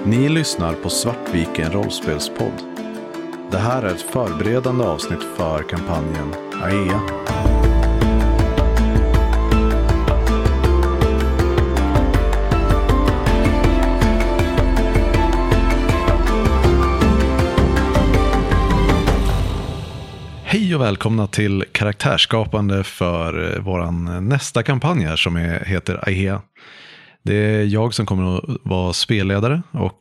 Ni lyssnar på Svartviken rollspelspodd. Det här är ett förberedande avsnitt för kampanjen AEA. Hej och välkomna till karaktärsskapande för våran nästa kampanj här som heter AEA. Det är jag som kommer att vara spelledare och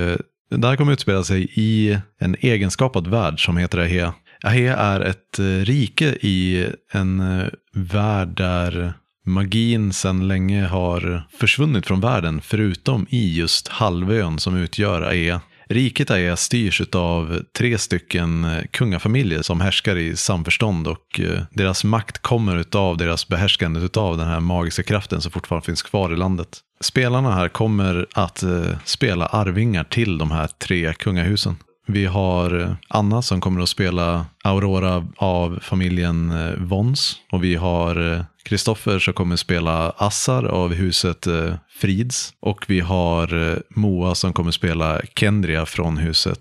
det här kommer att utspela sig i en egenskapad värld som heter AEA. AEA är ett rike i en värld där magin sedan länge har försvunnit från världen förutom i just halvön som utgör AEA. Riket AEA styrs av 3 stycken kungafamiljer som härskar i samförstånd och deras makt kommer av deras behärskande av den här magiska kraften som fortfarande finns kvar i landet. Spelarna här kommer att spela arvingar till de här 3 kungahusen. Vi har Anna som kommer att spela Aurora av familjen Vons. Och vi har Kristoffer som kommer att spela Assar av huset Frids. Och vi har Moa som kommer att spela Kendria från huset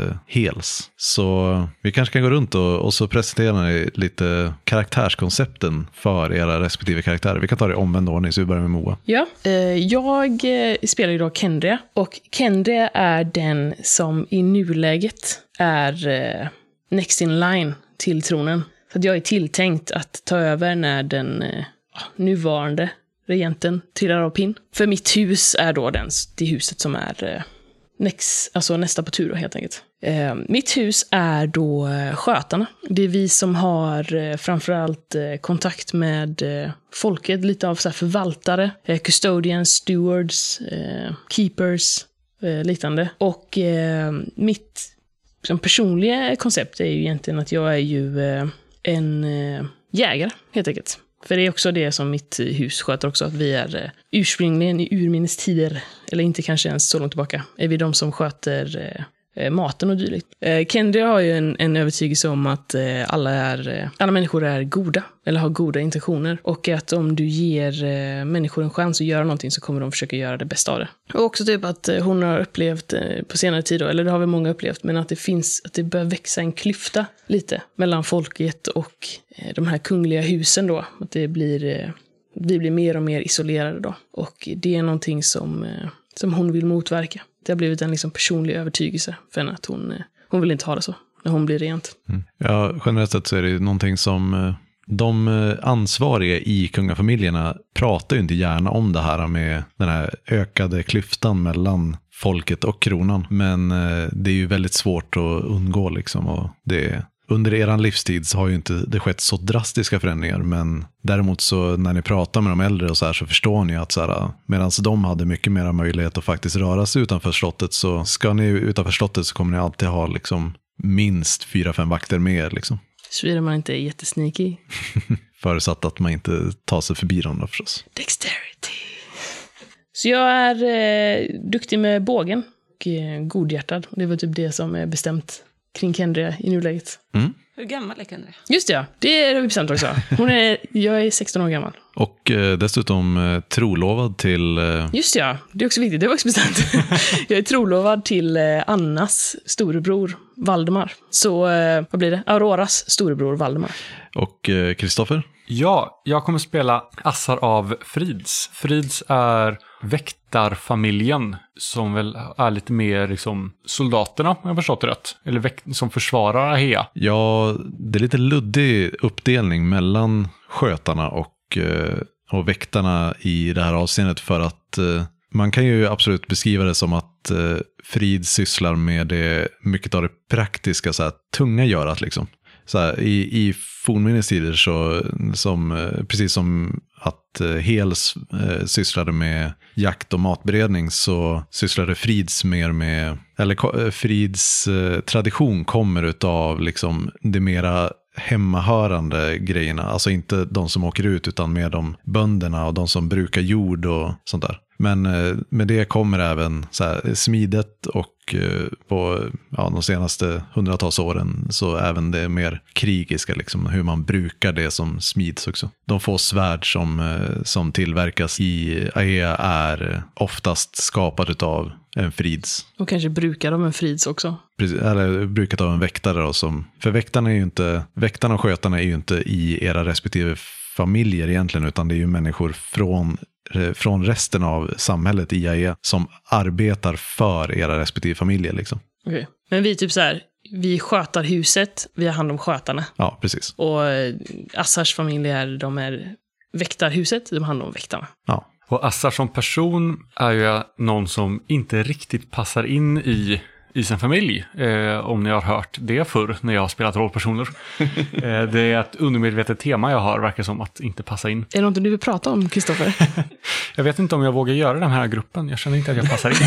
Hels. Så vi kanske kan gå runt och så presentera lite karaktärskoncepten för era respektive karaktärer. Vi kan ta det i omvänd ordning så vi börjar med Moa. Ja, jag spelar ju då Kendria. Och Kendria är den som i nuläget är next in line till tronen. Så att jag är tilltänkt att ta över när den nuvarande regenten trillar av pinn. För mitt hus är då det huset som är nästa på tur då, helt enkelt. Mitt hus är då skötarna. Det är vi som har framförallt kontakt med folket, lite av så här förvaltare, custodians, stewards, keepers, liknande. Och mitt personliga koncept är ju egentligen att jag är ju en jägare, helt enkelt. För det är också det som mitt hus sköter också, att vi är ursprungligen i urminnes tider, eller inte kanske ens så långt tillbaka, är vi de som sköter maten och dylikt. Kendria har ju en övertygelse om att alla människor är goda, eller har goda intentioner, och att om du ger människor en chans att göra någonting så kommer de försöka göra det bästa av det. Och också typ att hon har upplevt på senare tid då, eller det har väl många upplevt, men att det börjar växa en klyfta lite mellan folket och de här kungliga husen då, att vi blir mer och mer isolerade då, och det är någonting som hon vill motverka. Det har blivit en liksom personlig övertygelse för henne att hon vill inte ha det så när hon blir rent. Mm. Ja, generellt sett så är det någonting som de ansvariga i kungafamiljerna pratar ju inte gärna om det här med den här ökade klyftan mellan folket och kronan. Men det är ju väldigt svårt att undgå liksom, och under eran livstid så har ju inte det skett så drastiska förändringar, men däremot så när ni pratar med de äldre och så här så förstår ni att så här, medan de hade mycket mer möjlighet att faktiskt röra sig utanför slottet, så ska ni utanför slottet så kommer ni alltid ha liksom minst 4-5 vakter mer liksom. Såvida man inte är jättesneaky. Förutsatt att man inte tar sig förbi dem då förstås. Dexterity. Så jag är duktig med bågen och godhjärtad. Det var typ det som är bestämt kring Kendria i nuläget. Mm. Hur gammal är Kendria? Just det, ja. Det är bestämt också. Jag är 16 år gammal. Och dessutom trolovad till... Just det, ja. Det är också viktigt. Det var också bestämt. Jag är trolovad till Annas storebror Valdemar. Så vad blir det? Auroras storebror Valdemar. Och Kristoffer? Ja, jag kommer spela Assar av Frids. Frids är väktarfamiljen som väl är lite mer liksom soldaterna, om jag förstått det rätt. Eller som försvarar AEA. Ja, det är lite luddig uppdelning mellan skötarna och väktarna i det här avseendet, för att man kan ju absolut beskriva det som att Frid sysslar med mycket av det praktiska, så här, tunga görat liksom. Så här, i fornminnes tider precis som att Hels sysslade med jakt och matberedning, så sysslade Frids mer med, eller Frids tradition kommer utav liksom det mera hemmahörande grejerna, alltså inte de som åker ut utan med de bönderna och de som brukar jord och sånt där. Men med det kommer även så här, smidet och på de senaste hundratals åren så även det mer krigiska, liksom, hur man brukar det som smids också. De få svärd som tillverkas i AEA är oftast skapade av en frids. Och kanske brukar av en frids också. Precis, eller brukat av en väktare då, för väktarna och skötarna är ju inte i era respektive familjer egentligen, utan det är ju människor från resten av samhället i AE som arbetar för era respektive familjer liksom. Okej. Men vi är typ så här, vi skötar huset, vi har hand om skötarna. Ja, precis. Och Assars familj de är väktarhuset, de har hand om väktarna. Ja. Och Assar som person är ju någon som inte riktigt passar in i sin familj, om ni har hört det förr när jag har spelat rollpersoner. Det är ett undermedvetet tema jag har, verkar som att inte passa in. Är det något du vill prata om, Kristoffer? Jag vet inte om jag vågar göra den här gruppen, jag känner inte att jag passar in.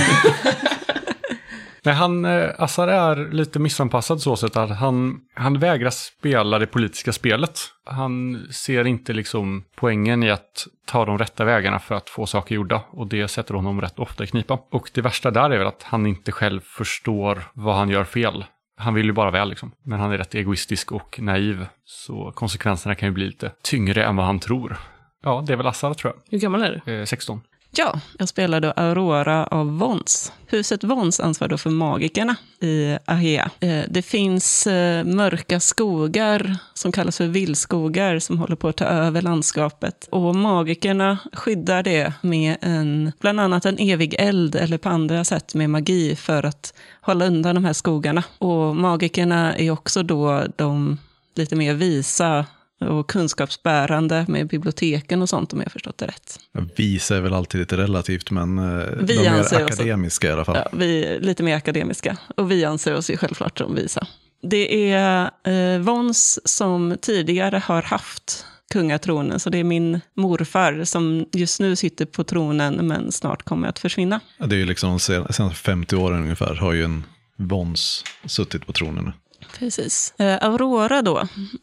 Nej, Assar är lite missanpassad så sätt att han vägrar spela det politiska spelet. Han ser inte liksom poängen i att ta de rätta vägarna för att få saker gjorda, och det sätter honom rätt ofta i knipa. Och det värsta där är väl att han inte själv förstår vad han gör fel. Han vill ju bara väl liksom, men han är rätt egoistisk och naiv, så konsekvenserna kan ju bli lite tyngre än vad han tror. Ja, det är väl Assar, tror jag. Hur gammal är du? 16. Ja, jag spelar då Aurora av Vons. Huset Vons ansvarar då för magikerna i Ahea. Det finns mörka skogar som kallas för vildskogar som håller på att ta över landskapet. Och magikerna skyddar det med bland annat en evig eld eller på andra sätt med magi för att hålla undan de här skogarna. Och magikerna är också då de lite mer visa och kunskapsbärande med biblioteken och sånt, om jag förstått det rätt. Visa är väl alltid lite relativt, men vi de anser är akademiska i alla fall. Ja, vi är lite mer akademiska, och vi anser oss ju självklart som visa. Det är Vons som tidigare har haft kungatronen, så det är min morfar som just nu sitter på tronen men snart kommer att försvinna. Det är ju liksom sen 50 år ungefär har ju en Vons suttit på tronen. Precis. Aurora då.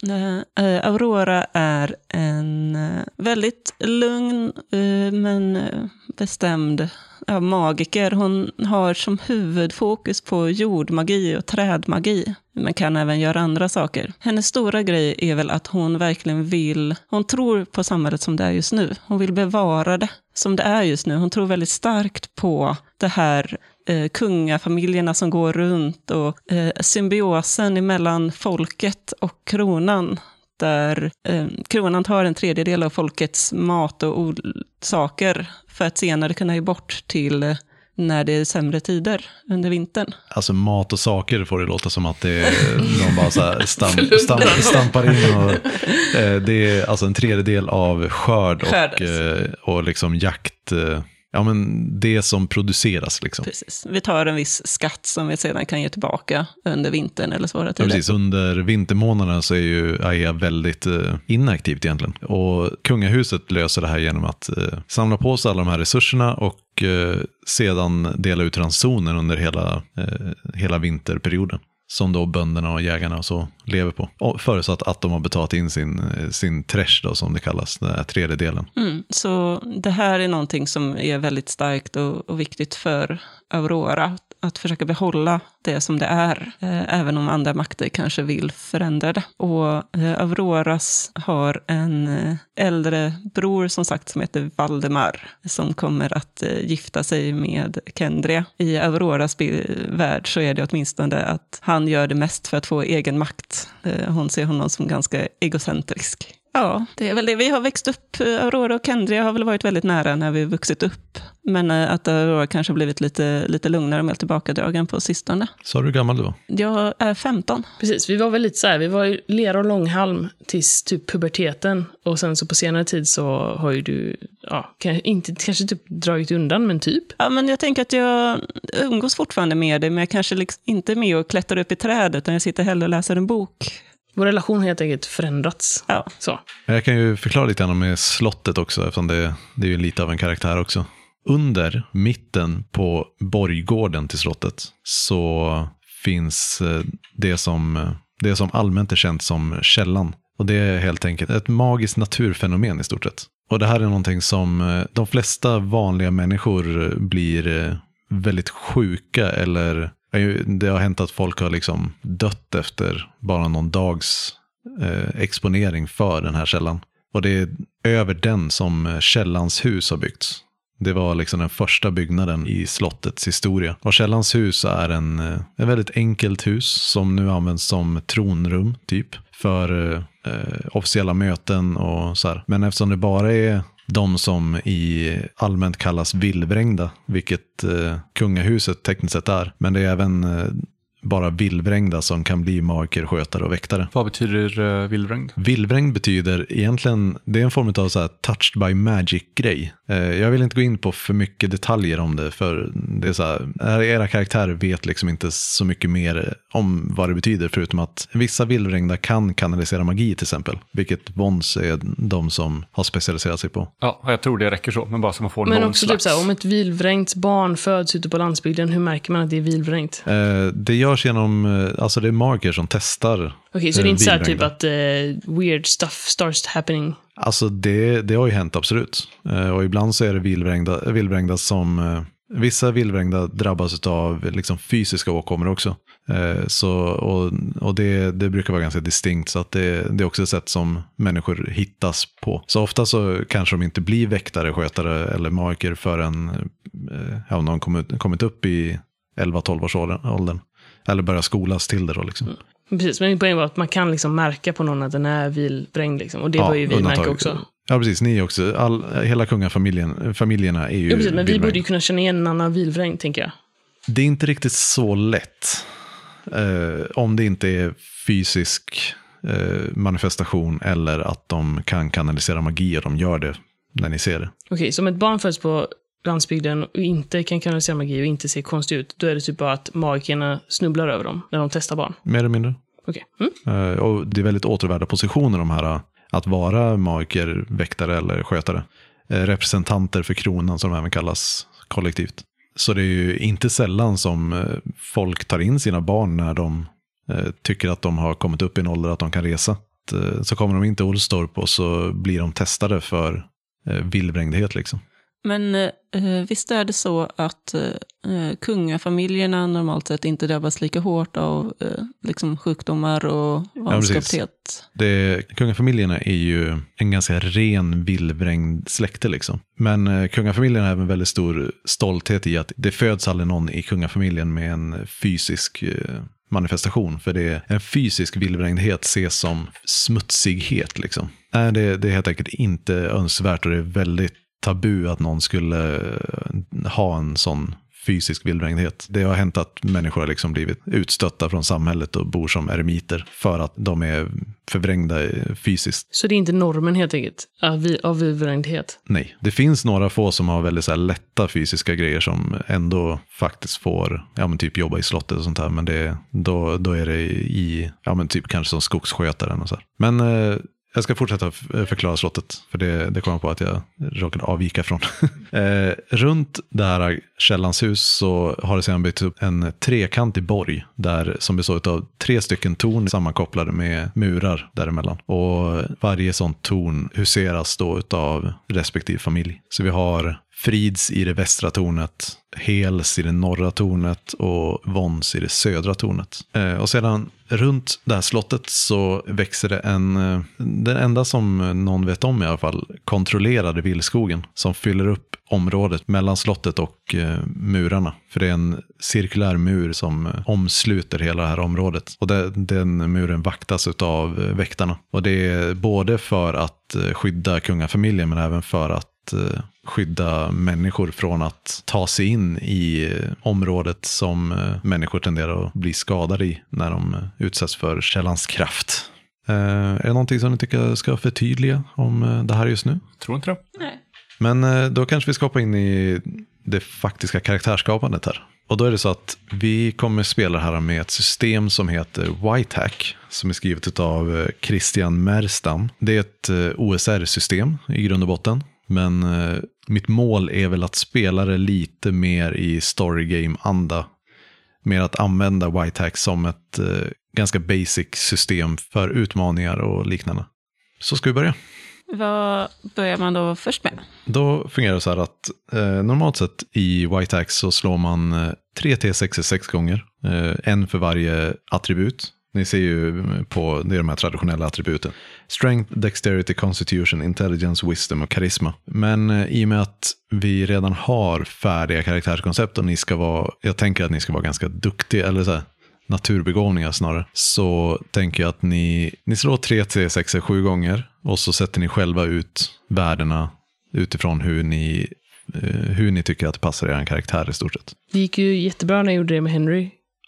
Aurora är en väldigt lugn men bestämd magiker. Hon har som huvudfokus på jordmagi och trädmagi, men kan även göra andra saker. Hennes stora grej är väl att hon verkligen hon tror på samhället som det är just nu. Hon vill bevara det som det är just nu. Hon tror väldigt starkt på det här kungafamiljerna som går runt och symbiosen emellan folket och kronan, där kronan tar en tredjedel av folkets mat och saker för att senare kunna ge bort till när det är sämre tider under vintern. Alltså mat och saker får det låta som att de bara så här stampar in och det är alltså en tredjedel av skörd och liksom jakt. Ja, men det som produceras liksom. Precis. Vi tar en viss skatt som vi sedan kan ge tillbaka under vintern eller svåra tider. Ja, precis. Under vintermånaderna så är ju AEA väldigt inaktivt egentligen. Och kungahuset löser det här genom att samla på sig alla de här resurserna och sedan dela ut ransoner under hela vinterperioden. Som då bönderna och jägarna och så lever på. Och förutsatt att de har betalat in sin trash då, som det kallas, den här tredjedelen. Så det här är någonting som är väldigt starkt och viktigt för Aurora. Att försöka behålla det som det är. Även om andra makter kanske vill förändra det. Och Auroras har en äldre bror som sagt som heter Valdemar. Som kommer att gifta sig med Kendria. I Auroras värld så är det åtminstone att han gör det mest för att få egen makt. Hon ser honom som ganska egocentrisk. Ja, det är väl det. Vi har växt upp, Aurora och Kendria har väl varit väldigt nära när vi vuxit upp. Men att Aurora kanske blivit lite lugnare och mer tillbakadragen på sistone. Så är du gammal då? Jag är 15. Precis, vi var väl lite så här, vi var ju lera och långhalm tills typ puberteten. Och sen så på senare tid så har ju du, kanske typ dragit undan, men typ. Ja, men jag tänker att jag umgås fortfarande med det, men jag kanske liksom inte med och klättrar upp i trädet, utan jag sitter hellre och läser en bok. Vår relation har helt enkelt förändrats. Ja. Så. Jag kan ju förklara lite grann med slottet också, eftersom det är ju lite av en karaktär också. Under mitten på borggården till slottet så finns det som allmänt är känt som källan. Och det är helt enkelt ett magiskt naturfenomen i stort sett. Och det här är någonting som de flesta vanliga människor blir väldigt sjuka eller... Det har hänt att folk har liksom dött efter bara någon dags exponering för den här källan. Och det är över den som källans hus har byggts. Det var liksom den första byggnaden i slottets historia. Och Källans hus är en väldigt enkelt hus som nu används som tronrum typ för officiella möten och så här. Men eftersom det bara är de som i allmänt kallas villvrängda, vilket kungahuset tekniskt sett är, men det är även bara villvrängda som kan bli magiker, skötare och väktare. Vad betyder villvrängd? Villvrängd betyder egentligen, det är en form av så här touched by magic-grej. Jag vill inte gå in på för mycket detaljer om det, för det är så här, era karaktärer vet liksom inte så mycket mer om vad det betyder, förutom att vissa villvrängda kan kanalisera magi till exempel, vilket Vons är de som har specialiserat sig på. Ja, jag tror det räcker så, men bara så man får men någon också slags... typ så här, om ett villvrängt barn föds ute på landsbygden, hur märker man att det är villvrängt? Det görs genom, alltså det är magiker som testar. Okej, så det är inte så här typ att weird stuff starts happening? Alltså det har ju hänt absolut. Och ibland så är det villvrängda som... Vissa villvrängda drabbas av liksom fysiska åkommor också. Och det brukar vara ganska distinkt, så att det är också ett sätt som människor hittas på. Så ofta så kanske de inte blir väktare, skötare eller magiker förrän de har kommit upp i 11-12 års åldern. Eller börjar skolas till det då liksom. Precis, men min poäng var att man kan liksom märka på någon att den är villvrängd liksom. Och det var ju vi märka också. Ja, precis. Ni också. Hela kungafamiljerna är ju ja, precis, men vi villvrängd. borde ju kunna känna igen en annan villvrängd, tänker jag. Det är inte riktigt så lätt. Om det inte är fysisk manifestation eller att de kan kanalisera magi och de gör det när ni ser det. Okej, så om ett barn föds på landsbygden och inte kan kanalisera magi och inte ser konstigt ut, då är det typ bara att magikerna snubblar över dem när de testar barn. Mer eller mindre. Okej. Och det är väldigt återvärda positioner de här, att vara magiker, väktare eller skötare. Representanter för kronan som de även kallas kollektivt. Så det är ju inte sällan som folk tar in sina barn när de tycker att de har kommit upp i en ålder att de kan resa. Så kommer de in till Olstorp och så blir de testade för villvrängdhet liksom. Men visst är det så att kungafamiljerna normalt sett inte drabbas lika hårt av liksom sjukdomar och vanskapthet? Ja, kungafamiljerna är ju en ganska ren villvrängd släkte liksom. Men kungafamiljen har även väldigt stor stolthet i att det föds aldrig någon i kungafamiljen med en fysisk manifestation. För en fysisk villvrängdhet ses som smutsighet liksom. Nej, det är helt enkelt inte önskvärt, och det är väldigt tabu att någon skulle ha en sån fysisk villvrängdhet. Det har hänt att människor har liksom blivit utstötta från samhället och bor som eremiter för att de är förvrängda fysiskt. Så det är inte normen helt enkelt av villvrängdhet? Nej, det finns några få som har väldigt så här lätta fysiska grejer som ändå faktiskt får typ jobba i slottet och sånt här, men då är det i typ kanske som skogsskötaren och så här. Men jag ska fortsätta förklara slottet, för det kommer på att jag råkade avvika från. Runt det här Källans hus så har det sedan byggts upp en trekantig borg som består av 3 stycken torn sammankopplade med murar däremellan. Och varje sånt torn huseras då av respektive familj. Så vi har Frids i det västra tornet, Hels i det norra tornet och Vons i det södra tornet. Och sedan runt det här slottet så växer det den enda som någon vet om i alla fall, kontrollerade villskogen som fyller upp området mellan slottet och murarna. För det är en cirkulär mur som omsluter hela det här området. Och den muren vaktas av väktarna. Och det är både för att skydda kungafamiljen men även för att skydda människor från att ta sig in i området som människor tenderar att bli skadade i när de utsätts för källans kraft. Är det någonting som ni tycker jag ska förtydliga om det här just nu? Tror inte det. Nej. Men då kanske vi ska hoppa in i det faktiska karaktärsskapandet här. Och då är det så att vi kommer spela här med ett system som heter Whitehack, som är skrivet av Christian Merstam. Det är ett OSR-system i grund och botten. Men mitt mål är väl att spela det lite mer i storygame-anda. Mer att använda Whitehack som ett ganska basic system för utmaningar och liknande. Så ska vi börja. Vad börjar man då först med? Då fungerar det så här att normalt sett i Whitehack så slår man 3 T6 6 gånger. En för varje attribut. Ni ser ju på det är de här traditionella attributen. Strength, Dexterity, Constitution, Intelligence, Wisdom och Karisma. Men i och med att vi redan har färdiga karaktärskoncept och jag tänker att ni ska vara ganska duktiga, eller så här, naturbegåvningar snarare. Så tänker jag att ni slår 3, 3, 6, 7 gånger och så sätter ni själva ut värdena utifrån hur ni tycker att det passar er karaktär i stort sett. Det gick ju jättebra när jag gjorde det med Henry.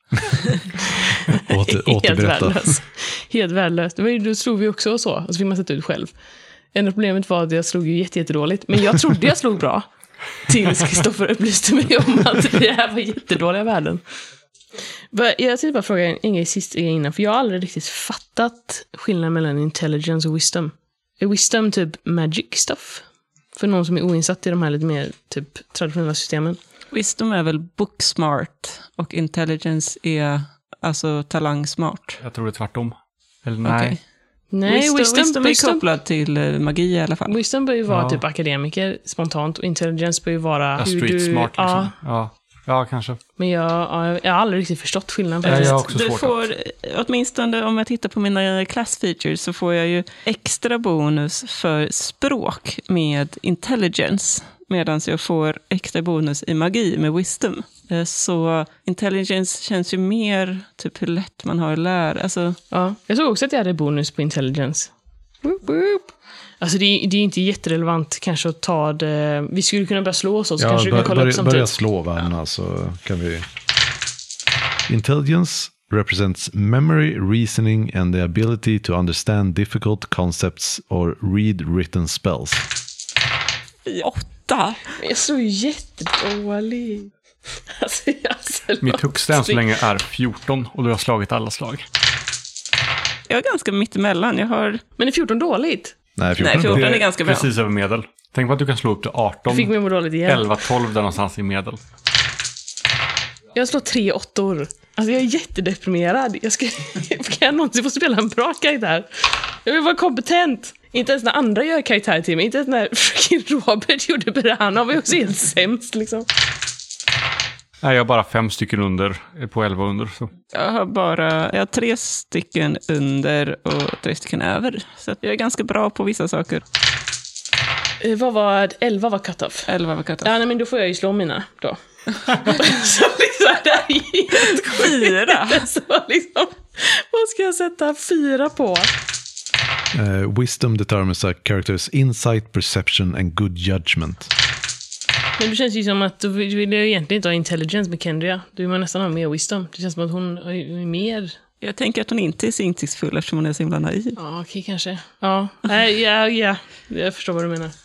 Återberätta. Helt värdelöst. Då slog vi också så. Och så fick man sätta ut själv. Enda problemet var att jag slog ju jättedåligt. Men jag trodde jag slog bra. Tills Kristoffer upplyste mig om att det här var jättedåliga värden. Jag tänkte bara fråga en grej sist innan. För jag har aldrig riktigt fattat skillnaden mellan intelligence och wisdom. Är wisdom typ magic stuff? För någon som är oinsatt i de här lite mer typ traditionella systemen. Wisdom är väl booksmart och intelligence är alltså talangsmart. Jag tror det är tvärtom. Eller nej. Okay. Nej, wisdom är kopplad till magi i alla fall. Wisdom bör ju vara typ akademiker spontant och intelligence bör ju vara street smart liksom. Ja, kanske. Men jag har aldrig riktigt förstått skillnaden. Jag har också svårt får, åtminstone om jag tittar på mina class features så får jag ju extra bonus för språk med intelligence. Medan jag får extra bonus i magi med wisdom. Så intelligence känns ju mer typ hur lätt man har att lära. Alltså... Ja, jag såg också att jag hade bonus på intelligence. Woop, woop. Alltså det är inte jätterelevant kanske att ta det. Vi skulle kunna börja slå oss så kanske du kan kolla upp samtidigt. Börja slå varandra så kan vi. Intelligence represents memory, reasoning and the ability to understand difficult concepts or read written spells. 8. Jag slår ju jättedålig. Alltså, mitt högsta än så länge är 14 och du har slagit alla slag. Jag är ganska mittemellan. Men är 14 dåligt? Nej, 14 är ganska bra. Precis över medel. Tänk på att du kan slå upp till 18. Fick mig må dåligt igen. 11, 12 där någonstans i medel. Jag slår 3 8. Alltså jag är jättedeprimerad. Kan jag någonsin få spela en bra karaktär? Jag vill vara kompetent. Inte ens när andra gör karaktär till mig. Inte ens när freaking Robert gjorde Berana. Han var ju också helt sämst liksom. Nej, jag har bara 5 stycken under på 11 under. Så. Jag har 3 stycken under och 3 stycken över. Så att jag är ganska bra på vissa saker. Vad var 11 var cut-off? 11 var cut-off. Ja, nej, men då får jag ju slå mina då. Så liksom, det är helt 4. Så liksom, vad ska jag sätta 4 på? Wisdom determines a character's insight, perception and good judgment. Men det känns ju som att du vill ju egentligen inte ha intelligence med Kendria. Du vill nästan ha mer wisdom. Det känns som att hon är mer... Jag tänker att hon inte är så insiktsfull eftersom hon är så himla naiv. Ja, okej, kanske. Ja, ja. Jag förstår vad du menar.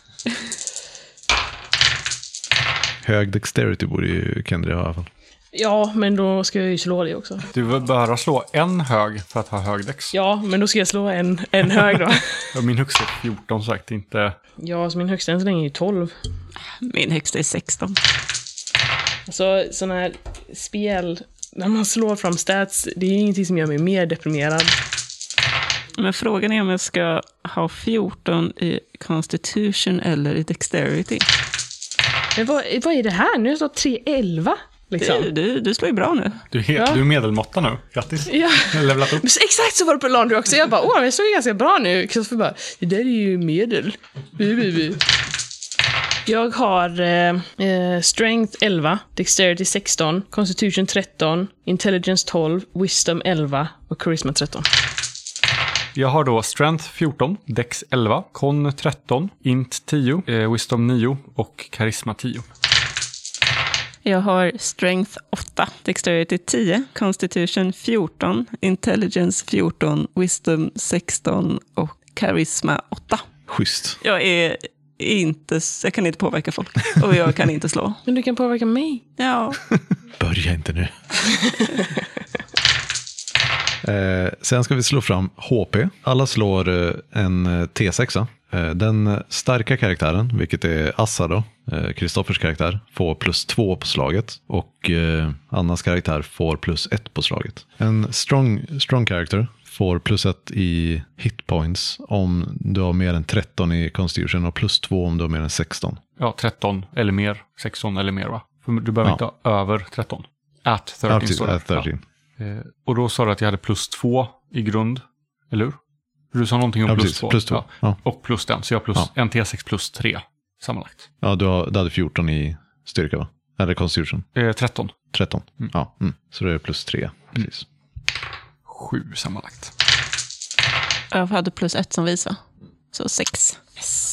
Hög dexterity borde ju Kendria ha i alla fall. Ja, men då ska jag ju slå det också. Du vill bara slå en hög för att ha hög dex. Ja, men då ska jag slå en hög då. Ja, min högsta är 14 sagt, inte... Ja, så min högsta än så länge är ju 12. Min högsta är 16. Alltså, sådana här spel, när man slår fram stats, det är ingenting som gör mig mer deprimerad. Men frågan är om jag ska ha 14 i Constitution eller i Dexterity. Men vad är det här? Nu har jag slått 3-11. Liksom. Du slår ju bra nu. Du är medelmåtta nu. Grattis. Ja. Jag har levlat upp. Exakt så var det på Laundry också. Jag bara, jag slår ju ganska bra nu. Kristoffer bara, det där är ju medel. Jag har Strength 11, Dexterity 16, Constitution 13, Intelligence 12, Wisdom 11 och Charisma 13. Jag har då Strength 14, Dex 11, Con 13, Int 10, Wisdom 9 och Charisma 10. Jag har Strength 8, Dexterity 10, Constitution 14, Intelligence 14, Wisdom 16 och Charisma 8. Schysst. Jag kan inte påverka folk och jag kan inte slå. Men du kan påverka mig. Ja. Börja inte nu. Sen ska vi slå fram HP. Alla slår en T6. Den starka karaktären, vilket är Assa då, Kristoffers karaktär, får +2 på slaget. Och Annas karaktär får +1 på slaget. En strong character får +1 i hitpoints om du har mer än 13 i Constitution och +2 om du har mer än 16. Ja, 13 eller mer. 16 eller mer, va? För du behöver inte ha över 13. At 13 står det. At 13. Och då sa du att jag hade +2 i grund, eller hur? Du sa någonting om +2. +2. Ja. Och plus den, så jag har en T6 plus 3 sammanlagt. Ja, du hade 14 i styrka, va? Eller Constitution? 13. 13, ja. Så det är +3, precis. 7 sammanlagt. Jag hade +1 som visa. Så 6. Yes.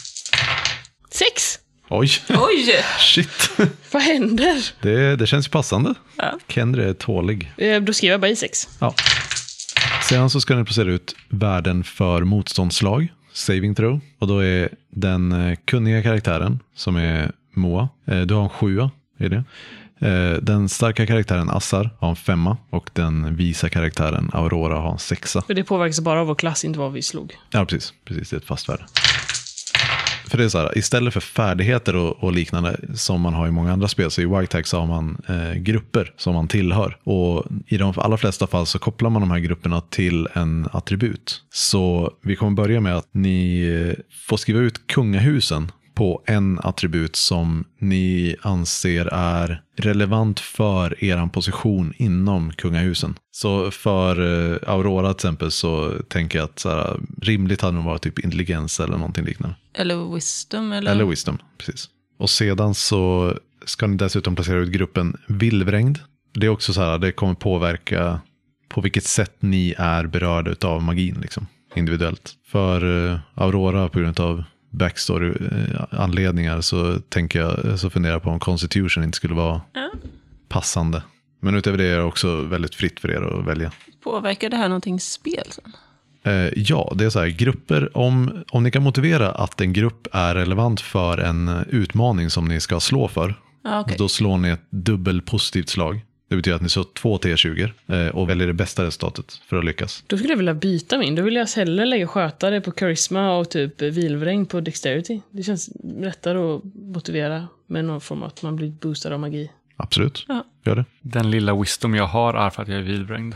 6! Oj! Shit! Vad händer? Det känns ju passande. Ja. Kendre är tålig. Då skriver jag bara i 6. Ja. Sedan så ska ni placera ut värden för motståndslag, saving throw. Och då är den kunniga karaktären, som är Moa, du har en 7, är det? Den starka karaktären Assar har en 5 och den visa karaktären Aurora har en 6. För det påverkas bara av vår klass, inte vad vi slog. Ja, precis. Det är ett fast värde. För det är så här, istället för färdigheter och liknande som man har i många andra spel, så i White så har man grupper som man tillhör. Och i de allra flesta fall så kopplar man de här grupperna till en attribut. Så vi kommer börja med att ni får skriva ut kungahusen på en attribut som ni anser är relevant för er position inom kungahusen. Så för Aurora till exempel så tänker jag att så här, rimligt hade det varit typ intelligens eller någonting liknande. Eller wisdom. Eller wisdom, precis. Och sedan så ska ni dessutom placera ut gruppen villvrängd. Det är också så här, det kommer påverka på vilket sätt ni är berörda av magin liksom, individuellt. För Aurora på grund av backstory-anledningar så funderar jag på om Constitution inte skulle vara passande. Men utöver det är det också väldigt fritt för er att välja. Påverkar det här någonting spel sen? Ja, det är så här, grupper, om ni kan motivera att en grupp är relevant för en utmaning som ni ska slå för, då slår ni ett dubbelpositivt slag. Det betyder att ni slår 2 T20 och väljer det bästa resultatet för att lyckas. Då skulle jag vilja byta min. Då vill jag hellre lägga skötare på charisma och typ vilvräng på dexterity. Det känns lättare att motivera med någon form av att man blir boostad av magi. Absolut, gör det. Den lilla wisdom jag har är för att jag är vilvrängd.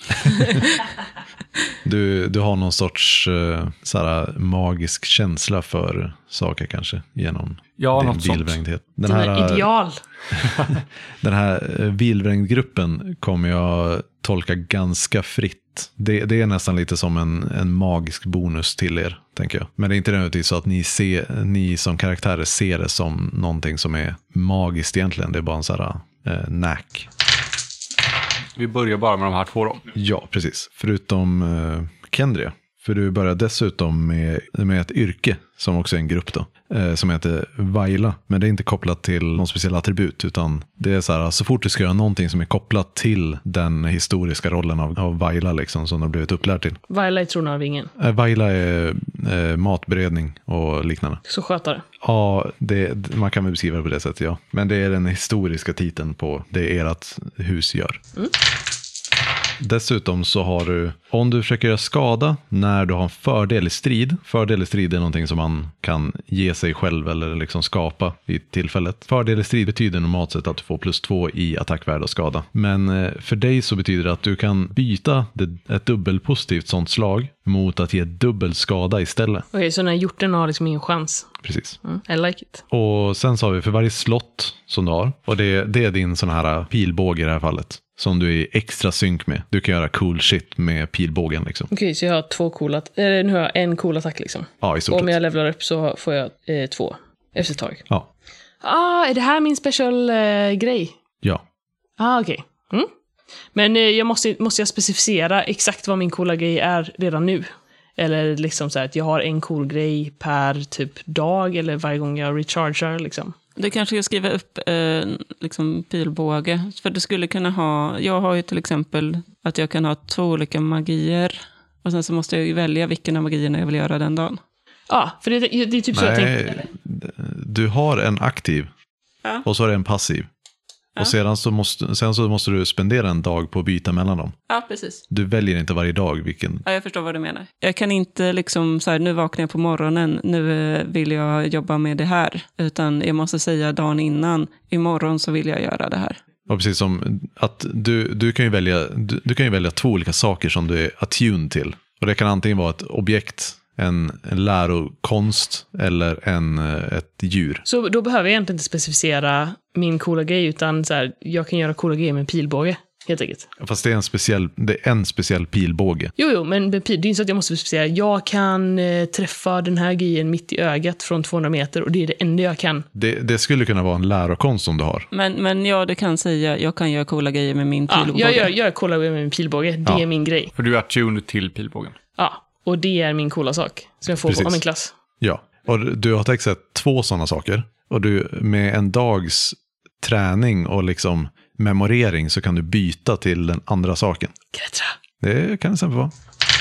Du har någon sorts såhär, magisk känsla för saker kanske genom din vilvrängdhet. Den här ideal. Den här vilvrängdgruppen kommer jag tolka ganska fritt. Det är nästan lite som en magisk bonus till er, tänker jag. Men det är inte nödvändigtvis så att ni som karaktärer ser det som någonting som är magiskt egentligen. Det är bara en sån här knack. Vi börjar bara med de här 2 då. Ja, precis. Förutom Kendre. För du börjar dessutom med ett yrke som också är en grupp då. Som heter Vaila. Men det är inte kopplat till någon speciell attribut. Utan det är så här, så fort du ska göra någonting som är kopplat till den historiska rollen av Vaila liksom, som du har blivit upplärd till. Vaila är tronarvingen. Vaila är matberedning och liknande. Så skötare. Ja, man kan väl beskriva det på det sättet, ja. Men det är den historiska titeln på det ert hus gör. Dessutom så har du, om du försöker göra skada när du har en fördel i strid. Fördel i strid är någonting som man kan ge sig själv eller liksom skapa i tillfället. Fördel i strid betyder normalt sett att du får +2 i attackvärde och skada. Men för dig så betyder det att du kan byta ett dubbelpositivt sånt slag mot att ge dubbel skada istället. Okej, så när hjorten har liksom ingen chans. Precis. I like it. Och sen så har vi för varje slott som du har, och det är din sån här pilbåge i det här fallet, som du är extra synk med. Du kan göra cool shit med pilbågen liksom. Okej, så jag har 2 coola... nu har jag en cool attack liksom. Ja, i stort sett. Om jag levlar upp så får jag 2 efter ett tag. Ja. Är det här min special grej? Ja. Okej. Men måste jag specificera exakt vad min coola grej är redan nu? Eller liksom så här att jag har en cool grej per typ dag eller varje gång jag rechargear liksom. Du kanske ska skriva upp liksom pilbåge. För du skulle kunna ha, jag har ju till exempel att jag kan ha 2 olika magier. Och sen så måste jag ju välja vilken av magierna jag vill göra den dagen. Ja, för det är typ så jag tänkte. Du har en aktiv och så har du en passiv. Och sedan så måste du spendera en dag på att byta mellan dem. Ja, precis. Du väljer inte varje dag vilken. Ja, jag förstår vad du menar. Jag kan inte liksom så här, nu vaknar jag på morgonen, nu vill jag jobba med det här. Utan jag måste säga dagen innan, imorgon så vill jag göra det här. Och precis som att du kan ju välja 2 olika saker som du är attuned till. Och det kan antingen vara ett objekt, en lärokonst eller ett djur. Så då behöver jag egentligen inte specificera min coola grej, utan så här, jag kan göra coola grejer med en pilbåge. helt enkelt. Fast det är en speciell pilbåge. Jo, men det är inte så att jag måste säga jag kan träffa den här grejen mitt i ögat från 200 meter och det är det enda jag kan. Det skulle kunna vara en lärokonst som du har. Men ja, det kan säga, jag kan göra coola grejer med min pilbåge. Ja, jag gör coola grejer med min pilbåge. Det är min grej. För du är tuned till pilbågen. Ja, och det är min coola sak som jag får av min klass. Ja, och du har tänkt sig 2 sådana saker. Och du med en dags träning och liksom memorering så kan du byta till den andra saken. Klättra. Det kan det sen vara.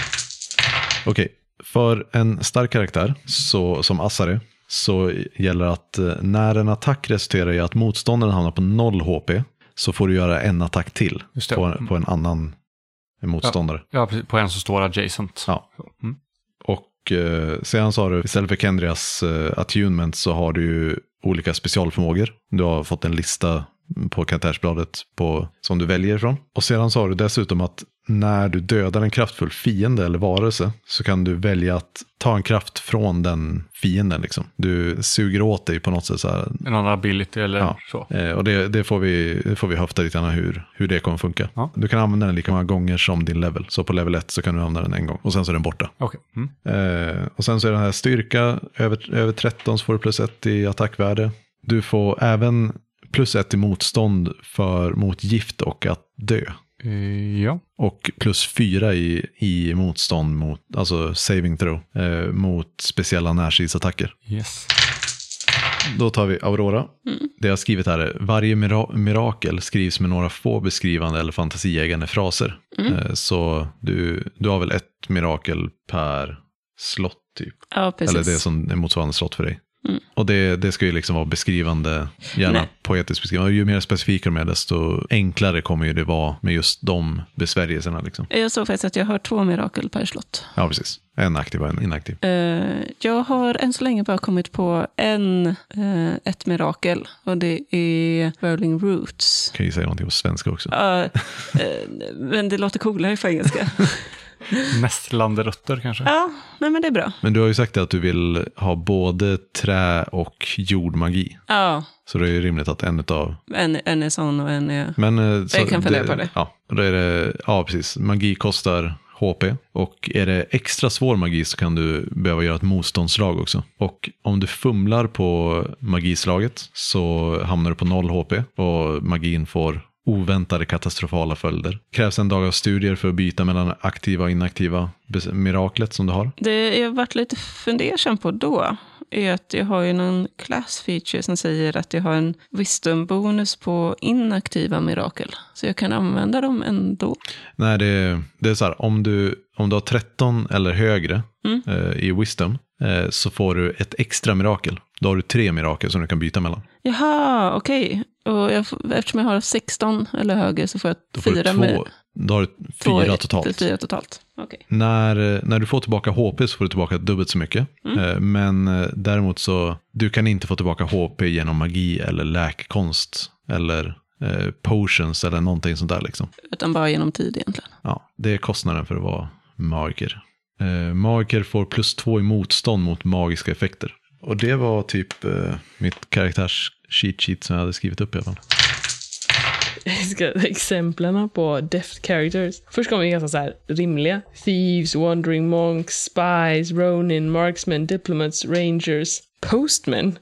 Okej, för en stark karaktär som Assare så gäller att när en attack resulterar i att motståndaren hamnar på 0 HP så får du göra en attack till på en annan motståndare. Ja, precis, på en som står adjacent. Ja. Och sedan så har du istället för Kendrias attunement så har du ju olika specialförmågor. Du har fått en lista på karaktärsbladet som du väljer ifrån. Och sedan så har du dessutom att när du dödar en kraftfull fiende eller varelse så kan du välja att ta en kraft från den fienden liksom. Du suger åt dig på något sätt så här. En annan ability eller så. Och det får vi höfta lite grann hur det kommer funka. Ja. Du kan använda den lika många gånger som din level. Så på level 1 så kan du använda den en gång och sen så är den borta. Okay. Och sen så är den här styrka över 13 så får du +1 i attackvärde. Du får även +1 i motstånd mot gift och att dö. Ja. Och +4 i motstånd mot, alltså saving throw, mot speciella närstridsattacker. Yes. Då tar vi Aurora. Det jag har skrivit här är varje mirakel skrivs med några få beskrivande eller fantasieggande fraser. Så du har väl 1 mirakel per slott typ. Ja, precis. Eller det som är motsvarande slott för dig. Och det ska ju liksom vara beskrivande, gärna poetiskt beskrivande. Och ju mer specifika de är, desto enklare kommer ju det vara med just de besvärjelserna liksom. Jag såg faktiskt att jag har 2 mirakel per slott. Ja, precis. En aktiv och en inaktiv. Jag har än så länge bara kommit på ett mirakel. Och det är Whirling Roots. Kan ju säga någonting på svenska också. Men det låter coolare på engelska. Nästlande rötter kanske? Ja, men det är bra. Men du har ju sagt att du vill ha både trä och jordmagi. Ja. Så det är ju rimligt att en är sån och en är... Men, så jag kan fundera på det. Ja, då är det, precis. Magi kostar HP. Och är det extra svår magi så kan du behöva göra ett motståndslag också. Och om du fumlar på magislaget så hamnar du på 0 HP. Och magin får oväntade katastrofala följder. Krävs en dag av studier för att byta mellan aktiva och inaktiva miraklet som du har. Det jag har varit lite fundersam på då är att jag har ju någon class feature som säger att jag har en wisdom-bonus på inaktiva mirakel. Så jag kan använda dem ändå. Nej, det är så här, om du har 13 eller högre i wisdom så får du ett extra mirakel. Då har du 3 mirakel som du kan byta mellan. Jaha, okej. Och eftersom jag har 16 eller högre så får jag 4 med... Då har du 4 totalt. 4 totalt. Okay. När du får tillbaka HP så får du tillbaka dubbelt så mycket. Men däremot så du kan inte få tillbaka HP genom magi eller läkkonst eller potions eller någonting sånt där liksom. Utan bara genom tid egentligen. Ja, det är kostnaden för att vara magiker. Magiker får +2 i motstånd mot magiska effekter. Och det var typ mitt karaktärs cheat sheet som jag hade skrivit upp i alla fall. Exemplen på deft characters. Först kommer vi ganska så här rimliga. Thieves, wandering monks, spies, ronin, marksmen, diplomats, rangers, postmen.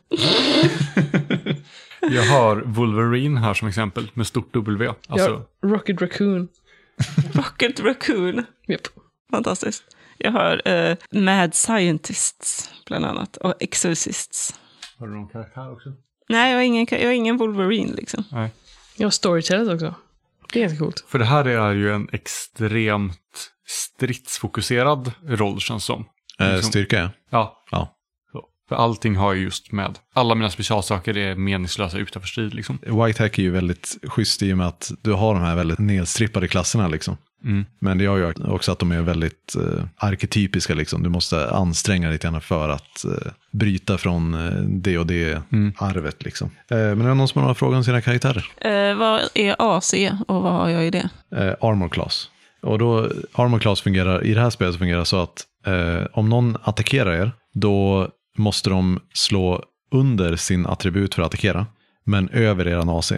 Jag har Wolverine här som exempel med stort W. Alltså... Ja, Rocket Raccoon. Rocket Raccoon. Yep. Fantastiskt. Jag har Mad Scientists bland annat och Exorcists. Har du någon karaktär också? Nej, jag har ingen Wolverine liksom. Nej. Jag har Storytellers också. Det är ganska coolt. För det här är ju en extremt stridsfokuserad roll känns som. Styrka, ja. Ja. Så. För allting har ju just med. Alla mina specialsaker är meningslösa utanför strid liksom. Whitehack är ju väldigt schysst i och med att du har de här väldigt nedstrippade klasserna liksom. Men det gör ju också att de är väldigt arketypiska liksom. Du måste anstränga dig lite grann för att bryta från det och det arvet liksom. Men är det någon som har några frågor om sina karaktärer? Vad är AC och vad har jag i det? Armor class. Och då Armor class fungerar, i det här spelet fungerar så att om någon attackerar er, då måste de slå under sin attribut för att attackera, men över eran AC.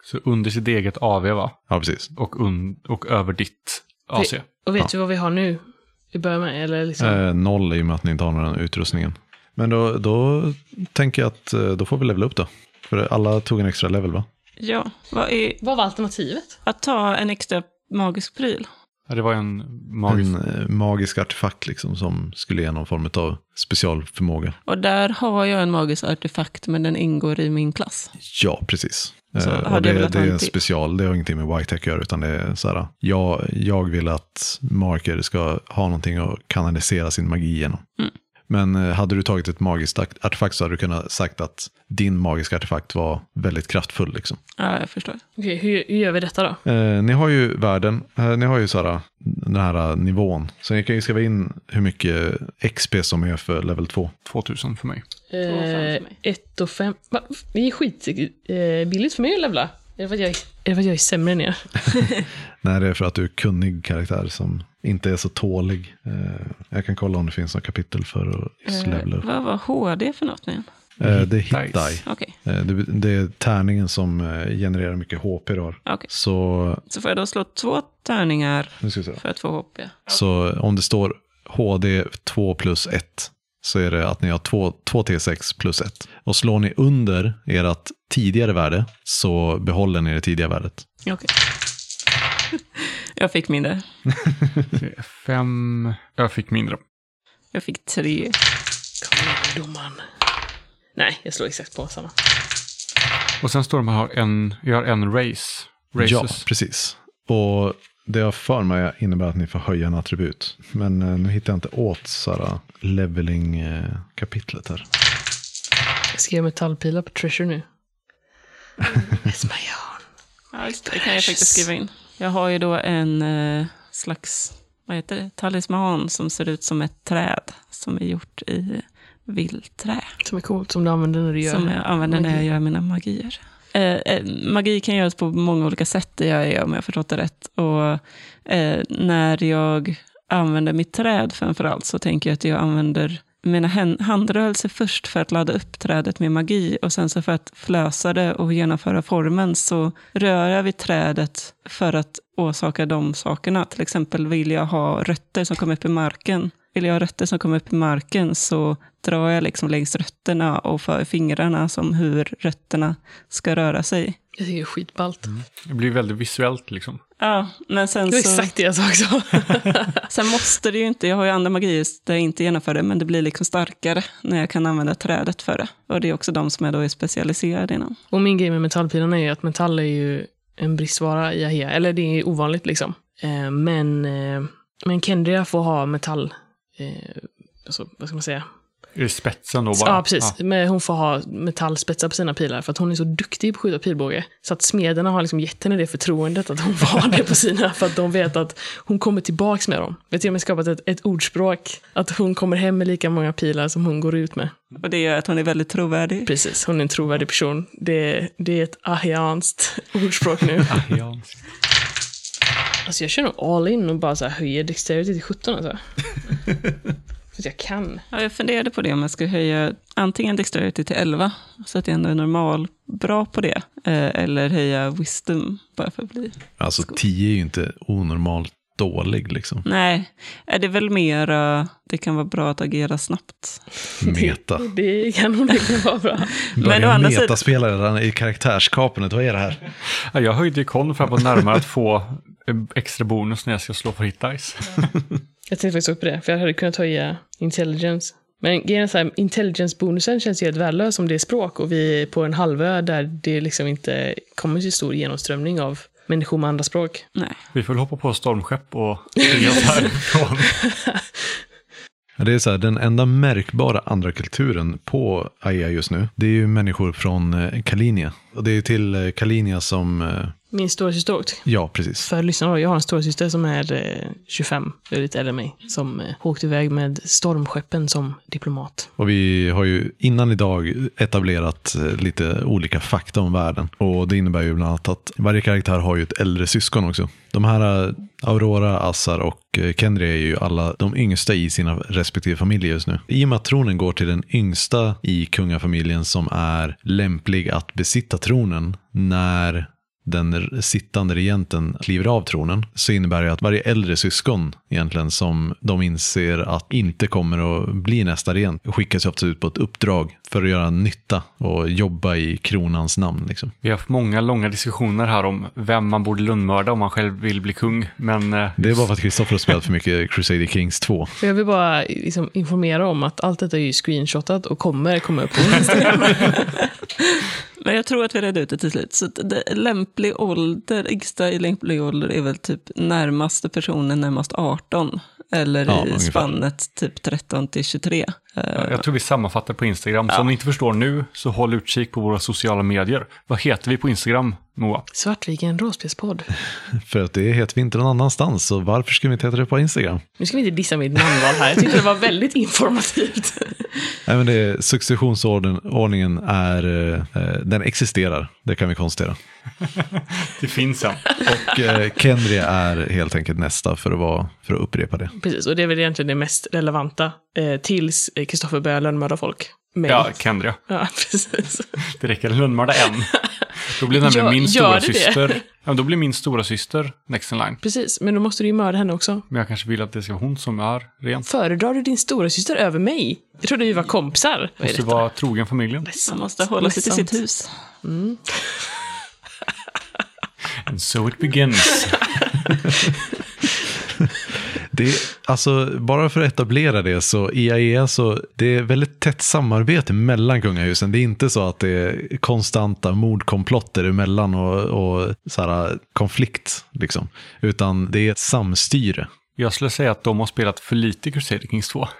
Så under sitt eget AV, va? Ja, precis. Och över ditt AC. Och vet du vad vi har nu? I början med, eller liksom? 0 i och med att ni inte har någon utrustningen. Men då tänker jag att då får vi levela upp då. För alla tog en extra level, va? Ja, Vad var alternativet? att ta en extra magisk pryl? Ja, det var en magisk... En magisk artefakt liksom, som skulle ge någon form av specialförmåga. Och där har jag en magisk artefakt, men den ingår i min klass. Ja, precis. Så Och hade jag det velat ha en är till. special, det har ingenting med White Tech att göra, utan det är så här, jag vill att Marker ska ha någonting att kanalisera sin magi genom. Mm. Men hade du tagit ett magiskt artefakt så hade du kunnat sagt att din magiska artefakt var väldigt kraftfull liksom. Ja, jag förstår. Okej, hur gör vi detta då? Ni har ju världen, ni har ju så här, den här nivån. Så ni kan ju skriva in hur mycket XP som är för level 2. 2000 för mig. 1 och 5. Det är billigt för mig att levla. Är det för att jag är sämre än er? Nej, det är för att du är kunnig karaktär som inte är så tålig. Jag kan kolla om det finns något kapitel för att just levla upp. Vad var HD för något nu? Det är hit die. Okej. Det är tärningen som genererar mycket HP du har. Okej. Så Så får jag då slå 2 tärningar nu ska vi se. för att få HP. Så om det står HD 2 plus 1 så är det att ni har 2 T6 plus 1. Och slår ni under ert tidigare värde så behåller ni det tidigare värdet. Okej. Jag fick mindre. 5... Jag fick mindre. Jag fick 3. Kom igen, domaren. Nej, jag slår exakt på samma. Och sen står de här, jag har en race. Races. Ja, precis. Och det jag för mig innebär att ni får höja en attribut. Men nu hittar jag inte åt Sara leveling-kapitlet här. Jag ska göra metallpilar på Treasure nu. It's my own. Ja, det kan jag faktiskt skriva in. Jag har ju då en slags, vad heter det? Talisman som ser ut som ett träd som är gjort i vildträ. Som är coolt, som du använder när du gör Som jag använder när jag gör mina magier. Magi kan göras på många olika sätt, det gör jag om jag förstått det rätt. Och när jag använder mitt träd framförallt så tänker jag att jag använder mina handrörelser först för att ladda upp trädet med magi och sen så för att flösa det och genomföra formen så rör jag vid trädet för att orsaka de sakerna. Till exempel vill jag ha rötter som kommer upp i marken. Vill jag ha rötter som kommer upp i marken så drar jag liksom längs rötterna och för fingrarna som hur rötterna ska röra sig. Jag tycker det är skitballt. Det blir väldigt visuellt liksom. Ja, men sen Det var så... exakt det jag sa också. Sen måste det ju inte, jag har ju andra magier där jag inte genomför det, men det blir liksom starkare när jag kan använda trädet för det. Och det är också de som jag då är specialiserade inom. Och min grej med metallpilarna är ju att metall är ju en bristvara i Ahea. Eller det är ovanligt liksom. Men Kendria får ha metall. Alltså, vad ska man säga? Är det spetsen då bara? Ja, precis. Ja. Men hon får ha metallspetsar på sina pilar för att hon är så duktig på att skjuta pilbåge. Så att smederna har liksom gett henne det förtroendet att hon får ha det på sina för att de vet att hon kommer tillbaks med dem. Vet du, jag har skapat ett ordspråk att hon kommer hem med lika många pilar som hon går ut med. Och det gör att hon är väldigt trovärdig. Precis, hon är en trovärdig person. Det är ett ahianskt ordspråk nu. Ahianskt. Alltså jag kör nog all in och bara så här höjer dexterity till 17 alltså. För att jag kan. Ja, jag funderade på det om jag skulle höja antingen dexterity till 11 så att jag ändå är normal bra på det. Eller höja wisdom bara för att bli Alltså 10 är ju inte onormalt dålig liksom. Nej, är det väl mer det kan vara bra att agera snabbt. Meta. Det kan nog inte vara bra. Men å andra sidan... Metaspelare redan i karaktärsskapandet, vad är det här? Ja, jag höjde kon för att vara närmare att få extra bonus när jag ska slå på hit dice. Jag tänkte faktiskt upp på det, för jag hade kunnat höja intelligence. Men grejen är så här, intelligence-bonusen känns ju helt värdelös om det är språk och vi är på en halvö där det liksom inte kommer så stor genomströmning av människor med andra språk. Nej. Vi får hoppa på stormskepp och springa oss härifrån. Det är så här, den enda märkbara andra kulturen på Ahea just nu, det är ju människor från Kalinia. Och det är till Kalinia som... Min storasyster åkt. Ja, precis. För lyssnarna, jag har en storasyster som är 25, det är lite äldre än mig, som åkte iväg med stormskeppen som diplomat. Och vi har ju innan idag etablerat lite olika fakta om världen. Och det innebär ju bland annat att varje karaktär har ju ett äldre syskon också. De här Aurora, Assar och Kendria är ju alla de yngsta i sina respektive familjer just nu. I och med att tronen går till den yngsta i kungafamiljen som är lämplig att besitta tronen när den sittande regenten kliver av tronen, så innebär det att varje äldre syskon egentligen som de inser att inte kommer att bli nästa regent skickas ut på ett uppdrag för att göra nytta och jobba i kronans namn. Liksom. Vi har haft många långa diskussioner här om vem man borde lönnmörda om man själv vill bli kung. Men, det är bara för att Kristoffer har spelat för mycket Crusader Kings 2. För jag vill bara liksom informera om att allt detta är ju screenshotat och kommer upp på Instagram. Men jag tror att vi redde ut det till slut. Så lämplig ålder, yngsta i lämplig ålder är väl typ närmaste personen närmast 18. Eller i ungefär. spannet typ 13 till 23. Jag tror vi sammanfattar på Instagram. Så om ni inte förstår nu så håll utkik på våra sociala medier. Vad heter vi på Instagram, Moa? Svartviken rollspelspodd. För att det heter vi inte någon annanstans, så varför ska vi inte heta det på Instagram? Nu ska vi inte dissa mitt namnval här. Jag tyckte det var väldigt informativt. Nej, men successionsordningen den existerar, det kan vi konstatera. Det finns en. Och Kenry är helt enkelt nästa för att upprepa det. Precis, och det är väl egentligen det mest relevanta tills Kristoffer börjar lönnmörda folk. Mig. Ja, Kendria. Ja, precis. Det räcker lönnmörda en. Då blir nämligen min stora syster. Ja, då blir min stora syster next in line. Precis, men då måste du ju mörda henne också. Men jag kanske vill att det ska vara hon som är ren. Föredrar du din stora syster över mig? Jag trodde vi var kompisar. Måste vara trogen familjen. Man måste hålla sig till sitt hus. Mm. And so it begins. Alltså, bara för att etablera det så i AEA så det är väldigt tätt samarbete mellan kungahusen. Det är inte så att det är konstanta mordkomplotter emellan och så här, konflikt liksom. Utan det är ett samstyre. Jag skulle säga att de har spelat för lite Crusader Kings 2.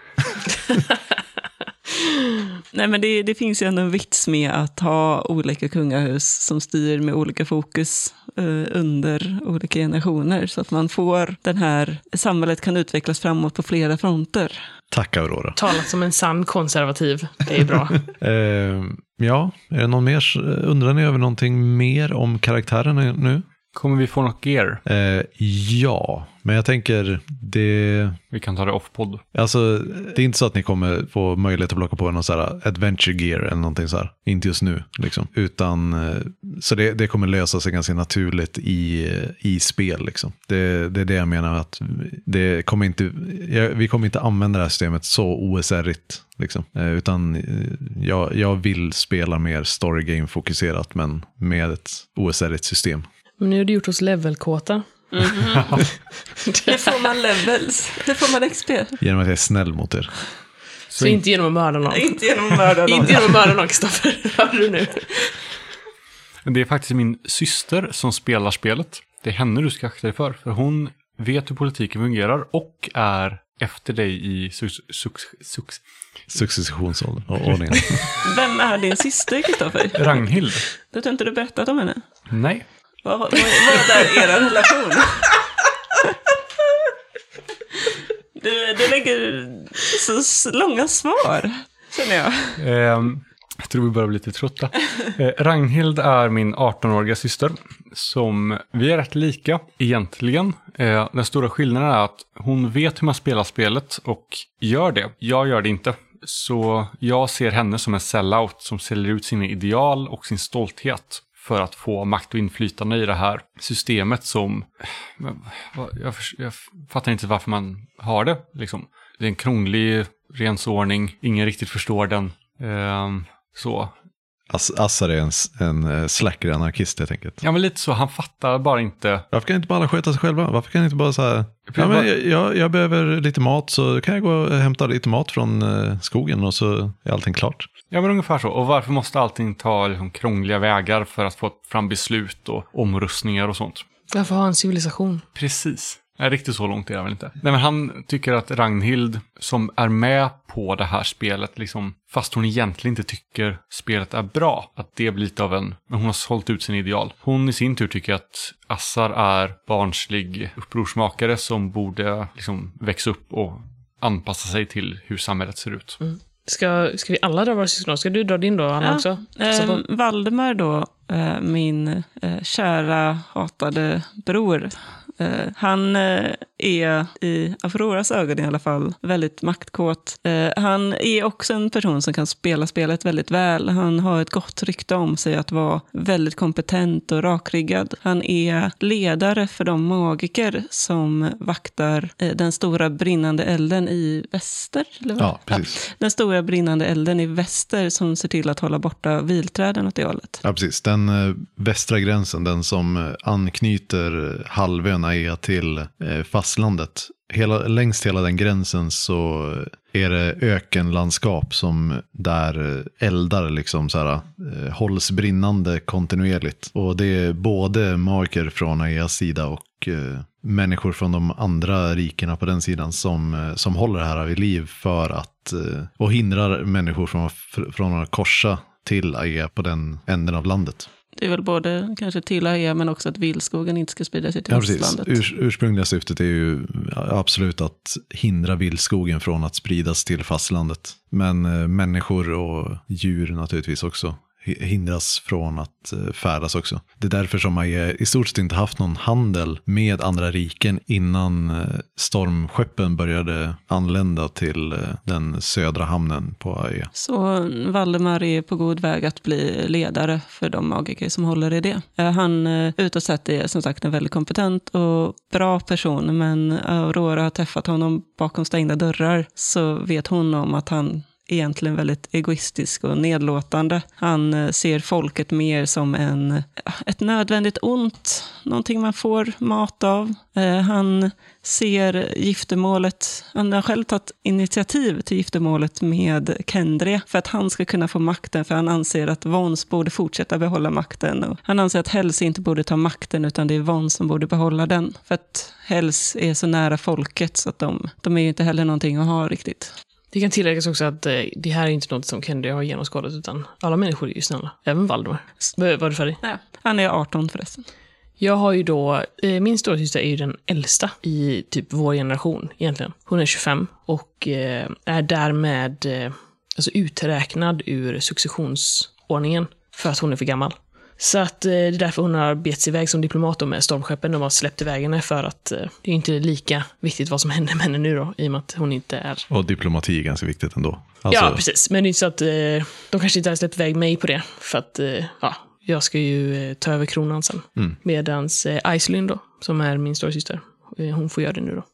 Nej, men det finns ju ändå en vits med att ha olika kungahus som styr med olika fokus under olika generationer. Så att man får samhället kan utvecklas framåt på flera fronter. Tack, Aurora. Talat som en sann konservativ. Det är bra. Ja, är det någon mer? Undrar ni över någonting mer om karaktärerna nu? Kommer vi få något gear? Ja, men jag tänker det... Vi kan ta det off-podd. Alltså, det är inte så att ni kommer få möjlighet att plocka på någon så här adventure gear eller någonting så här. Inte just nu, liksom. Utan, så det kommer lösa sig ganska naturligt i spel, liksom. Det är det jag menar, att det kommer inte... vi kommer inte använda det här systemet så OSR-igt, liksom. Utan jag vill spela mer story game-fokuserat, men med ett OSR-igt system. Men nu har du gjort oss levelkåta. Mm-hmm. Hur får man levels? Hur får man XP? Genom att jag är snäll mot er. Så inte genom att mörda någon. Inte genom att mörda någon. Inte genom att mörda någon, Kristoffer. Hör du nu? Det är faktiskt min syster som spelar spelet. Det är henne du ska akta dig för hon vet hur politiken fungerar och är efter dig i successionsordningen. Vem är din syster, Kristoffer? Ragnhild. Du har inte du berättat om henne? Nej. Vad är era relation? Du lägger så långa svar, känner jag. Jag tror vi börjar bli lite trötta. Ragnhild är min 18-åriga syster som vi är rätt lika egentligen. Den stora skillnaden är att hon vet hur man spelar spelet och gör det. Jag gör det inte. Så jag ser henne som en sellout som säljer ut sina ideal och sin stolthet för att få makt och inflytande i det här systemet som... Jag fattar inte varför man har det. Liksom. Det är en krånglig rensordning. Ingen riktigt förstår den. Så. Assar är en slacker anarkist, helt enkelt. Ja, men lite så. Han fattar bara inte... Varför kan inte bara alla sköta sig själva? Varför kan inte bara så här... Ja, men jag behöver lite mat, så kan jag gå och hämta lite mat från skogen och så är allting klart. Ja, men ungefär så. Och varför måste allting ta liksom krångliga vägar för att få fram beslut och omröstningar och sånt? Varför ha en civilisation? Precis. Nej, riktigt så långt är det väl inte. Nej, men han tycker att Ragnhild som är med på det här spelet, liksom, fast hon egentligen inte tycker spelet är bra, att det blir lite av en... Men hon har sålt ut sin ideal. Hon i sin tur tycker att Assar är barnslig upprorsmakare som borde liksom växa upp och anpassa sig till hur samhället ser ut. Mm. Ska vi alla dra våra syskon? Ska du dra din då, Anna, också? Valdemar då, min kära hatade bror, Han är i Auroras ögon i alla fall väldigt maktkåt. Han är också en person som kan spela spelet väldigt väl. Han har ett gott rykte om sig att vara väldigt kompetent och rakryggad. Han är ledare för de magiker som vaktar den stora brinnande elden i väster. Eller vad? Ja, precis. Den stora brinnande elden i väster som ser till att hålla borta vilträden åt det hållet. Ja, precis. Den västra gränsen, den som anknyter halvön Aea till fastlandet. Längs hela den gränsen så är det ökenlandskap som där eldar liksom så här, hålls brinnande kontinuerligt. Och det är både magiker från Aeas sida och människor från de andra rikena på den sidan som håller det här vid liv för att och hindrar människor från att korsa till Aea på den änden av landet. Det är väl både kanske till Aea men också att vildskogen inte ska sprida sig till fastlandet. Precis. Ursprungliga syftet är ju absolut att hindra vildskogen från att spridas till fastlandet. Men människor och djur naturligtvis också hindras från att färdas också. Det är därför som Aea i stort sett inte haft någon handel med andra riken innan stormskeppen började anlända till den södra hamnen på Aea. Så Valdemar är på god väg att bli ledare för de magiker som håller i det. Han utåt sett är som sagt en väldigt kompetent och bra person, men Aurora har träffat honom bakom stängda dörrar, så vet hon om att han egentligen väldigt egoistisk och nedlåtande. Han ser folket mer som ett nödvändigt ont, någonting man får mat av. Han ser giftermålet, han har själv tagit initiativ till giftermålet med Kendre för att han ska kunna få makten, för han anser att Vons borde fortsätta behålla makten. Och han anser att Hells inte borde ta makten utan det är Vons som borde behålla den. För att Hells är så nära folket så att de är ju inte heller någonting att ha riktigt. Det kan tilläggas också att det här är inte något som Kendre har genomskådat, utan alla människor är ju snälla. Även Valdemar. Var du färdig? Nej, han är 18 förresten. Jag har ju då, min storasyster är ju den äldsta i typ vår generation egentligen. Hon är 25 och är därmed alltså uträknad ur successionsordningen för att hon är för gammal. Så att det är därför hon har bet sig iväg som diplomat med stormskeppen. De har släppt iväg henne för att det är inte lika viktigt vad som händer med henne nu då, i och med att hon inte är... Och diplomati är ganska viktigt ändå. Alltså... Ja, precis. Men det är inte så att de kanske inte har släppt iväg mig på det. För att jag ska ju ta över kronan sen. Medans Icelyn då, som är min storasyster, hon får göra det nu då.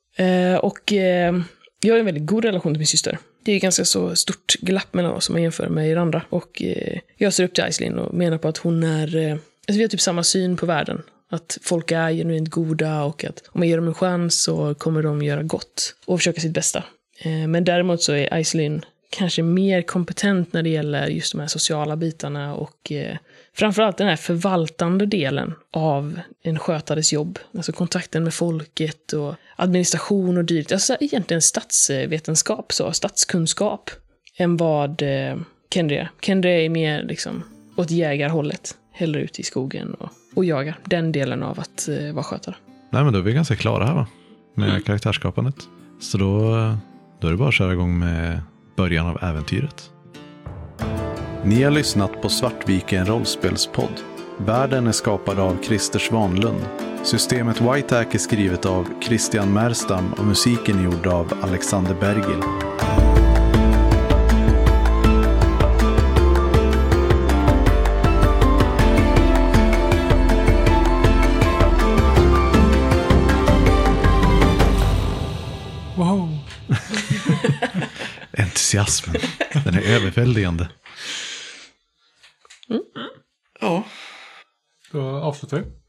Jag har en väldigt god relation till min syster. Det är ganska så stort glapp mellan oss som man jämför med er andra. Och jag ser upp till Icelyn och menar på att hon är... alltså vi har typ samma syn på världen. Att folk är genuint goda och att om man ger dem en chans så kommer de göra gott och försöka sitt bästa. Men däremot så är Icelyn kanske mer kompetent när det gäller just de här sociala bitarna och framförallt den här förvaltande delen av en skötares jobb. Alltså kontakten med folket och administration och dyrt. Alltså egentligen statsvetenskap, så statskunskap än vad Kendre är. Kendre är mer liksom åt jägarhållet. Hellre ut i skogen och jagar. Den delen av att vara skötare. Nej, men då är vi ganska klara här va? Med karaktärsskapandet. Så då är det bara att köra igång med början av äventyret. Ni har lyssnat på Svartviken rollspelspodd. Världen är skapad av Christer Svanlund. Systemet Whitehack är skrivet av Christian Merstam och musiken är gjord av Alexander Bergil. Wow! Entusiasmen, den är överväldigande. Ja. Då avslutar vi.